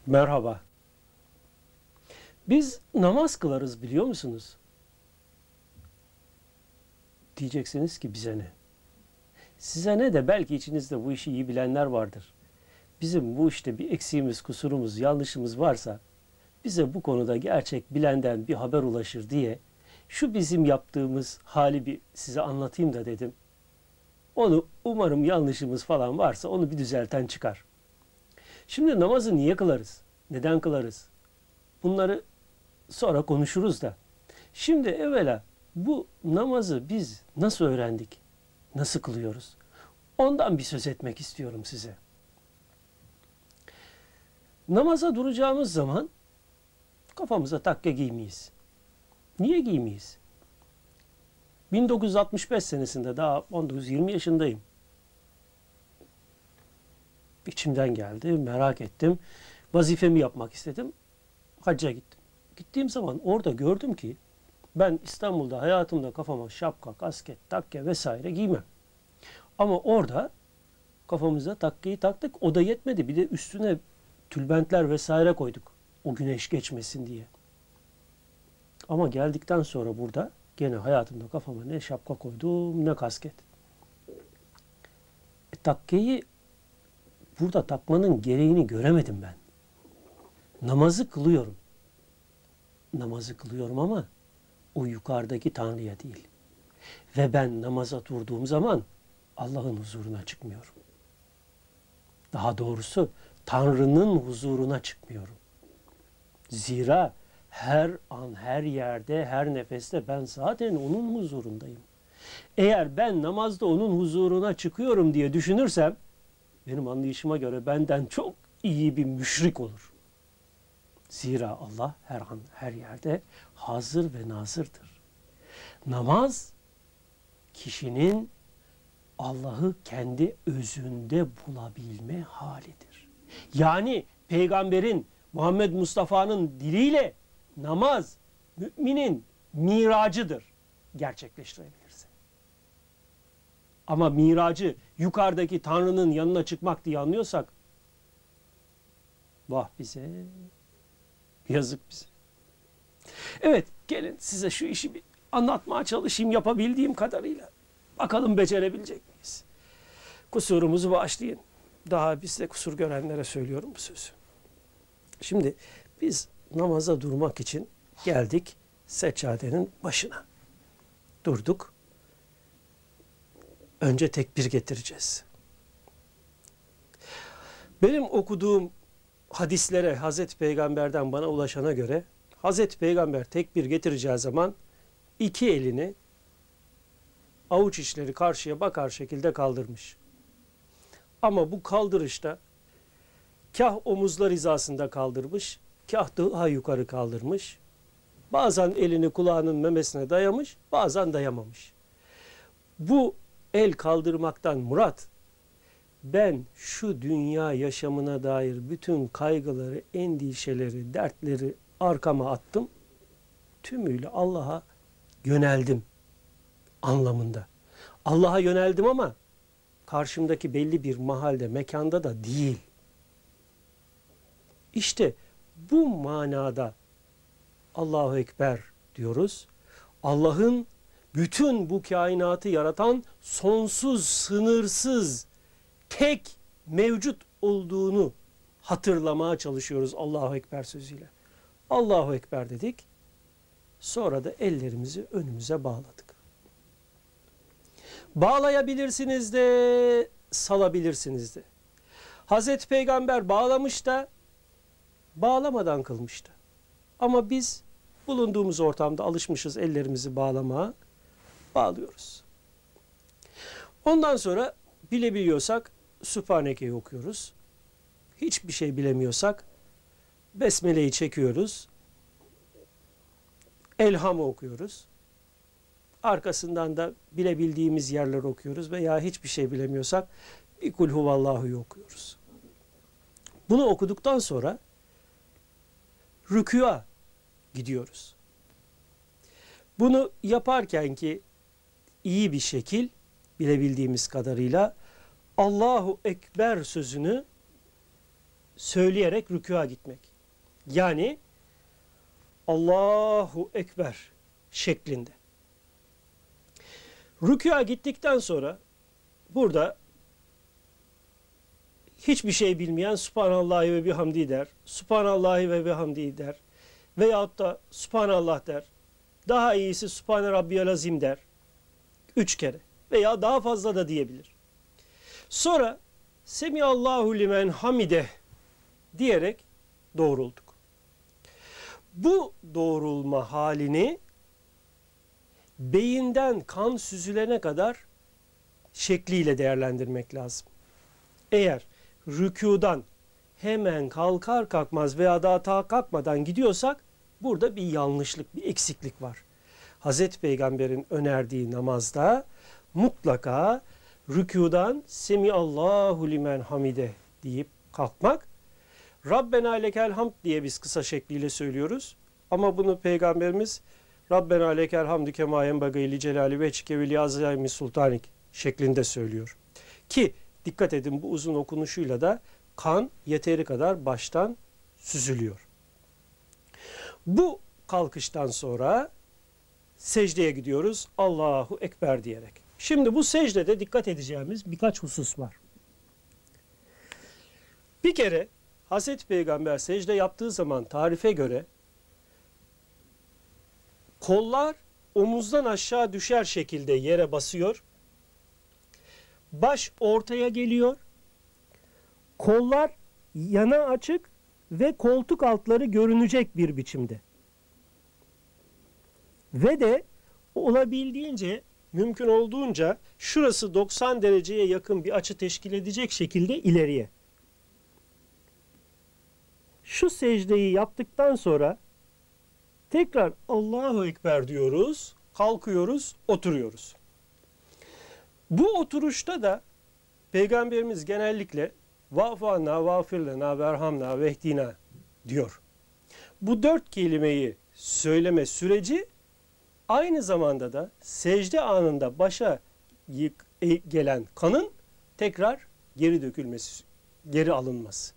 Merhaba. Biz namaz kılarız biliyor musunuz? Diyeceksiniz ki bize ne? Size ne de belki içinizde bu işi iyi bilenler vardır. Bizim bu işte bir eksiğimiz, kusurumuz, yanlışımız varsa bize bu konuda gerçek bilenden bir haber ulaşır diye şu bizim yaptığımız hali bir size anlatayım da dedim. Onu umarım yanlışımız falan varsa onu bir düzelten çıkar. Şimdi namazı niye kılarız? Neden kılarız? Bunları sonra konuşuruz da. Şimdi evvela bu namazı biz nasıl öğrendik? Nasıl kılıyoruz? Ondan bir söz etmek istiyorum size. Namaza duracağımız zaman kafamıza takke giymeyiz. Niye giymeyiz? 1965 senesinde daha 19-20 yaşındayım. İçimden geldi, merak ettim. Vazifemi yapmak istedim. Hacca gittim. Gittiğim zaman orada gördüm ki ben İstanbul'da hayatımda kafama şapka, kasket, takke vesaire giymem. Ama orada kafamıza takkeyi taktık. O da yetmedi. Bir de üstüne tülbentler vesaire koyduk. O güneş geçmesin diye. Ama geldikten sonra burada gene hayatımda kafama ne şapka koydum ne kasket. Takkeyi burada takmanın gereğini göremedim ben. Namazı kılıyorum. Namazı kılıyorum ama o yukarıdaki Tanrı'ya değil. Ve ben namaza durduğum zaman Allah'ın huzuruna çıkmıyorum. Daha doğrusu Tanrı'nın huzuruna çıkmıyorum. Zira her an, her yerde, her nefeste ben zaten onun huzurundayım. Eğer ben namazda onun huzuruna çıkıyorum diye düşünürsem, benim anlayışıma göre benden çok iyi bir müşrik olur. Zira Allah her an, her yerde hazır ve nazırdır. Namaz, kişinin Allah'ı kendi özünde bulabilme halidir. Yani Peygamberin, Muhammed Mustafa'nın diliyle namaz, müminin miracıdır gerçekleştirebilirse. Ama miracı yukarıdaki Tanrı'nın yanına çıkmak diye anlıyorsak, vah bize, yazık bize. Evet, gelin size şu işi bir anlatmaya çalışayım yapabildiğim kadarıyla. Bakalım becerebilecek miyiz? Kusurumuzu bağışlayın. Daha bizde kusur görenlere söylüyorum bu sözü. Şimdi biz namaza durmak için geldik seccadenin başına. Durduk. Önce tekbir getireceğiz. Benim okuduğum hadislere Hazreti Peygamber'den bana ulaşana göre Hazreti Peygamber tekbir getireceği zaman iki elini avuç içleri karşıya bakar şekilde kaldırmış. Ama bu kaldırışta kah omuzlar hizasında kaldırmış, kah daha yukarı kaldırmış. Bazen elini kulağının memesine dayamış, bazen dayamamış. Bu el kaldırmaktan murat, ben şu dünya yaşamına dair bütün kaygıları, endişeleri, dertleri arkama attım. Tümüyle Allah'a yöneldim anlamında. Allah'a yöneldim ama karşımdaki belli bir mahalde, mekanda da değil. İşte bu manada Allahu Ekber diyoruz. Allah'ın bütün bu kainatı yaratan sonsuz, sınırsız, tek mevcut olduğunu hatırlamaya çalışıyoruz Allahu Ekber sözüyle. Allahu Ekber dedik. Sonra da ellerimizi önümüze bağladık. Bağlayabilirsiniz de, salabilirsiniz de. Hazreti Peygamber bağlamış da, bağlamadan kılmıştı. Ama biz bulunduğumuz ortamda alışmışız ellerimizi bağlamaya, bağlıyoruz. Ondan sonra bilebiliyorsak Sübhaneke'yi okuyoruz. Hiçbir şey bilemiyorsak Besmele'yi çekiyoruz. Elham'ı okuyoruz. Arkasından da bilebildiğimiz yerleri okuyoruz veya hiçbir şey bilemiyorsak bir Kul Huvallahu okuyoruz. Bunu okuduktan sonra rükûa gidiyoruz. Bunu yaparken ki iyi bir şekil bilebildiğimiz kadarıyla Allahu Ekber sözünü söyleyerek rükûa gitmek. Yani Allahu Ekber şeklinde. Rükûa gittikten sonra burada hiçbir şey bilmeyen Subhanallahi ve bihamdi der. Subhanallahi ve bihamdi der. Veyahut da Subhanallah der. Daha iyisi Subhane Rabbiyal Azim der. 3 kere veya daha fazla da diyebilir. Sonra Semiallahu limen hamide diyerek doğrulduk. Bu doğrulma halini beyinden kan süzülene kadar şekliyle değerlendirmek lazım. Eğer rükûdan hemen kalkar kalkmaz veya daha kalkmadan gidiyorsak burada bir yanlışlık, bir eksiklik var. Hazreti Peygamber'in önerdiği namazda mutlaka rükûdan Semiallahu limen hamide deyip kalkmak. Rabbena lekel hamd diye biz kısa şekliyle söylüyoruz. Ama bunu Peygamberimiz Rabbena lekel hamdü kema yenbagî li celali veçhike ve li azîmi sultanik şeklinde söylüyor. Ki dikkat edin, bu uzun okunuşuyla da kan yeteri kadar baştan süzülüyor. Bu kalkıştan sonra secdeye gidiyoruz Allahu Ekber diyerek. Şimdi bu secdede dikkat edeceğimiz birkaç husus var. Bir kere Hazreti Peygamber secde yaptığı zaman tarife göre kollar omuzdan aşağı düşer şekilde yere basıyor. Baş ortaya geliyor. Kollar yana açık ve koltuk altları görünecek bir biçimde. Ve de olabildiğince, mümkün olduğunca şurası 90 dereceye yakın bir açı teşkil edecek şekilde ileriye. Şu secdeyi yaptıktan sonra tekrar Allahu Ekber diyoruz, kalkıyoruz, oturuyoruz. Bu oturuşta da Peygamberimiz genellikle va'fu anna, va'fir lena, verhamna, vehdina diyor. Bu 4 kelimeyi söyleme süreci aynı zamanda da secde anında başa gelen kanın tekrar geri dökülmesi, geri alınması.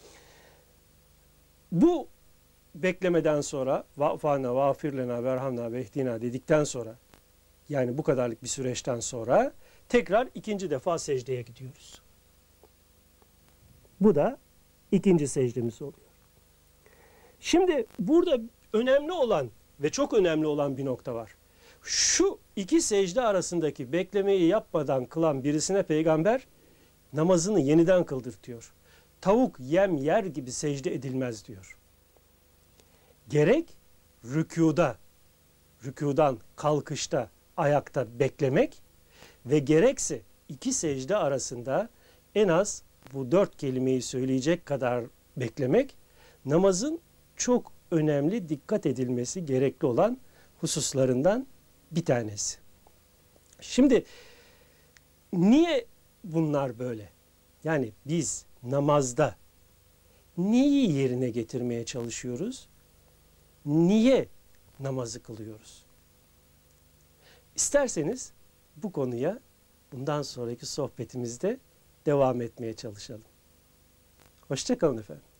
Bu beklemeden sonra va'fana, va'fir lena, verhamna, vehdina dedikten sonra, yani bu kadarlık bir süreçten sonra tekrar ikinci defa secdeye gidiyoruz. Bu da ikinci secdemiz oluyor. Şimdi burada önemli olan ve çok önemli olan bir nokta var. Şu iki secde arasındaki beklemeyi yapmadan kılan birisine Peygamber namazını yeniden kıldırtıyor. Tavuk yem yer gibi secde edilmez diyor. Gerek rükudan kalkışta, ayakta beklemek ve gerekse iki secde arasında en az bu 4 kelimeyi söyleyecek kadar beklemek namazın çok önemli, dikkat edilmesi gerekli olan hususlarından bir tanesi. Şimdi niye bunlar böyle? Yani biz namazda neyi yerine getirmeye çalışıyoruz? Niye namazı kılıyoruz? İsterseniz bu konuya bundan sonraki sohbetimizde devam etmeye çalışalım. Hoşça kalın efendim.